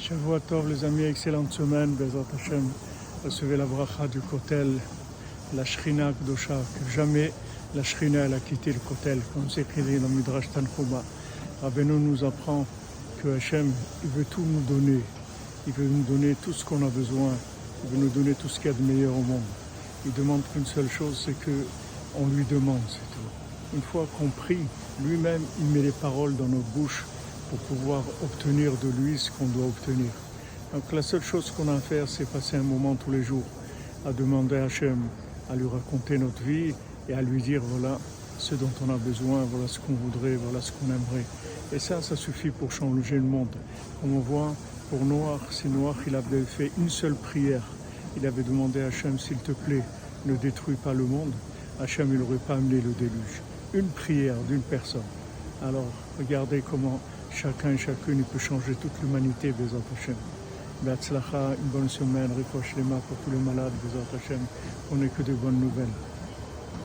Shavua Tov les amis, excellente semaine, Bezat Hashem, recevez la bracha du Kotel, la Shrina Kdosha, que jamais la Shrina elle a quitté le Kotel, comme c'est écrit dans le Midrash Tanchuma. Rabbeinu nous apprend que Hashem, il veut tout nous donner, il veut nous donner tout ce qu'on a besoin, il veut nous donner tout ce qu'il y a de meilleur au monde. Il demande qu'une seule chose, c'est qu'on lui demande, c'est tout. Une fois qu'on prie, lui-même, il met les paroles dans notre bouche pour pouvoir obtenir de lui ce qu'on doit obtenir. Donc la seule chose qu'on a à faire, c'est passer un moment tous les jours à demander à Hachem, à lui raconter notre vie et à lui dire voilà ce dont on a besoin, voilà ce qu'on voudrait, voilà ce qu'on aimerait. Et ça suffit pour changer le monde. Comme on voit, pour Noach, si Noach il avait fait une seule prière, il avait demandé à Hachem, s'il te plaît, ne détruis pas le monde, Hachem il n'aurait pas amené le déluge. Une prière d'une personne. Alors, regardez comment chacun et chacune peut changer toute l'humanité, Bezat Hashem. Be'atzlacha, une bonne semaine, Refoua Shlema pour tous les malades, Bezat Hashem. On n'est que de bonnes nouvelles.